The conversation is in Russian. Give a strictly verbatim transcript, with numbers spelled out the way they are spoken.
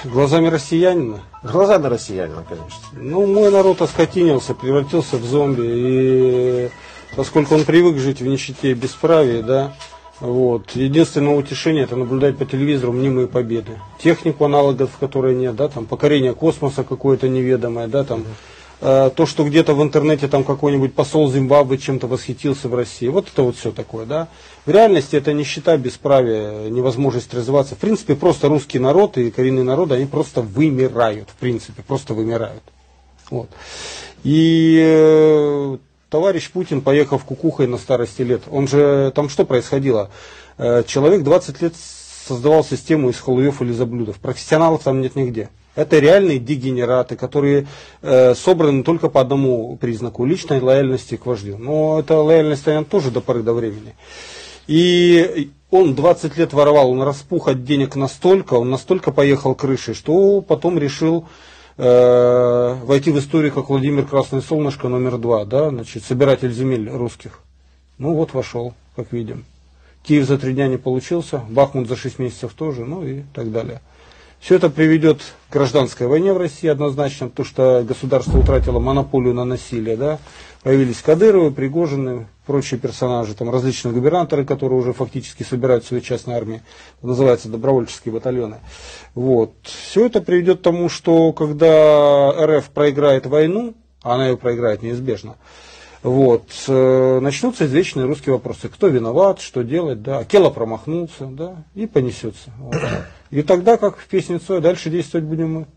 Глазами россиянина? Глазами россиянина, конечно. Ну, мой народ оскотинился, превратился в зомби. И поскольку он привык жить в нищете и бесправии, да, вот, единственное утешение — это наблюдать по телевизору мнимые победы. Технику, аналогов которой нет, да, там покорение космоса какое-то неведомое, да, там э, то, что где-то в интернете там какой-нибудь посол Зимбабве чем-то восхитился в России. Вот это вот все такое, да. В реальности это нищета, бесправие, невозможность развиваться. В принципе, просто русский народ и коренные народы, они просто вымирают, в принципе, просто вымирают. Вот. И э, товарищ Путин, поехав кукухой на старости лет, он же, там что происходило? Э, человек двадцать лет создавал систему из халуев или заблюдов. Профессионалов там нет нигде. Это реальные дегенераты, которые э, собраны только по одному признаку — личной лояльности к вождю. Но эта лояльность, наверное, тоже до поры до времени. И он двадцать лет воровал, он распух от денег настолько, он настолько поехал крышей, что потом решил э, войти в историю как Владимир Красное Солнышко номер два, да, значит, собиратель земель русских. Ну вот вошел, как видим. Киев за три дня не получился, Бахмут за шесть месяцев тоже, ну и так далее. Все это приведет к гражданской войне в России однозначно, потому что государство утратило монополию на насилие, да. Появились Кадыровы, Пригожины, прочие персонажи, там различные губернаторы, которые уже фактически собирают свои частные армии, называются добровольческие батальоны. Вот. Все это приведет к тому, что когда эр эф проиграет войну, а она ее проиграет неизбежно, вот, э, начнутся извечные русские вопросы. Кто виноват, что делать, да, Акела промахнулся, да, и понесется. Вот. И тогда, как в песне Цоя, дальше действовать будем мы.